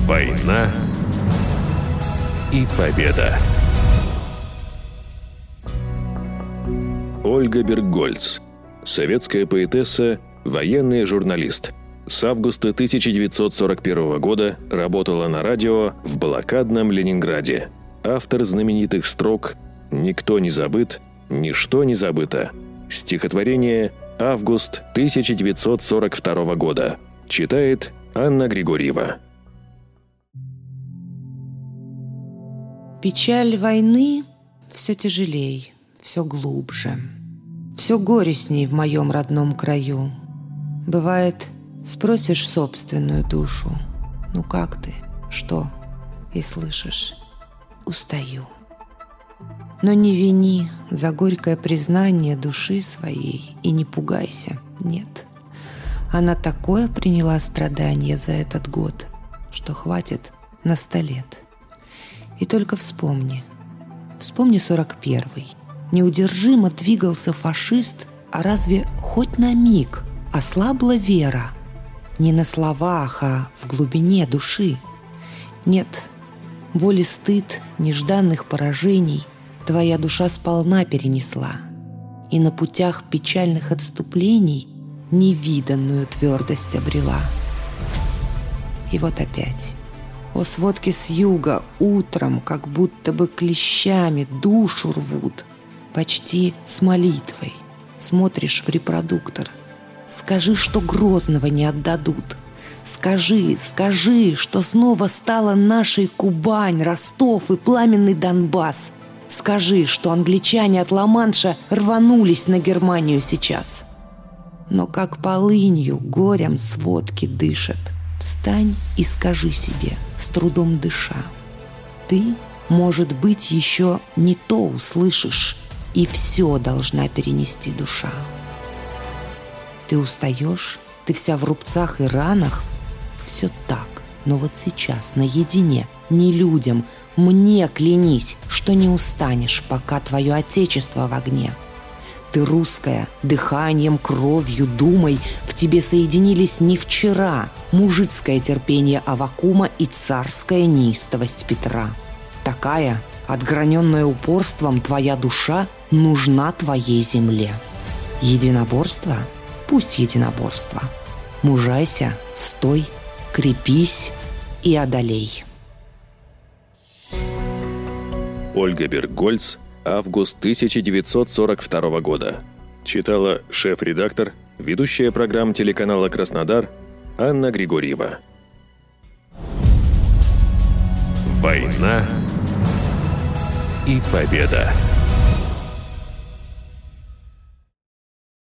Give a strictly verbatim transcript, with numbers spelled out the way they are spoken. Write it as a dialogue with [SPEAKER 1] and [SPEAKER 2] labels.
[SPEAKER 1] «Война и победа». Ольга Берггольц. Советская поэтесса, военный журналист. С августа тысяча девятьсот сорок первого года работала на радио в блокадном Ленинграде. Автор знаменитых строк «Никто не забыт, ничто не забыто». Стихотворение «Август тысяча девятьсот сорок второго года». Читает Анна Григорьева.
[SPEAKER 2] Печаль войны все тяжелей, все глубже, все горестней в моем родном краю. Бывает, спросишь собственную душу: ну как ты, что? И слышишь: устаю. Но не вини за горькое признание души своей и не пугайся, нет. Она такое приняла страдание за этот год, что хватит на сто лет. И только вспомни, вспомни сорок первый. Неудержимо двигался фашист, а разве хоть на миг ослабла вера? Не на словах, а в глубине души. Нет, боль и стыд нежданных поражений твоя душа сполна перенесла, и на путях печальных отступлений невиданную твердость обрела. И вот опять. О, сводки с юга утром, как будто бы клещами душу рвут. Почти с молитвой смотришь в репродуктор. Скажи, что Грозного не отдадут. Скажи, скажи, что снова стала нашей Кубань, Ростов и пламенный Донбасс. Скажи, что англичане от Ла-Манша рванулись на Германию сейчас. Но как полынью горем сводки дышат. Встань и скажи себе, с трудом дыша: ты, может быть, еще не то услышишь, и все должна перенести душа. Ты устаешь, ты вся в рубцах и ранах. Все так, но вот сейчас, наедине, не людям, мне клянись, что не устанешь, пока твое отечество в огне. Ты русская, дыханием, кровью, думой в тебе соединились не вчера мужицкое терпение Аввакума и царская неистовость Петра. Такая, отграненная упорством, твоя душа нужна твоей земле. Единоборство? Пусть единоборство. Мужайся, стой, крепись и одолей.
[SPEAKER 1] Ольга Берггольц. Август тысяча девятьсот сорок второго года. Читала шеф-редактор, ведущая программ телеканала «Краснодар» Анна Григорьева. «Война и победа».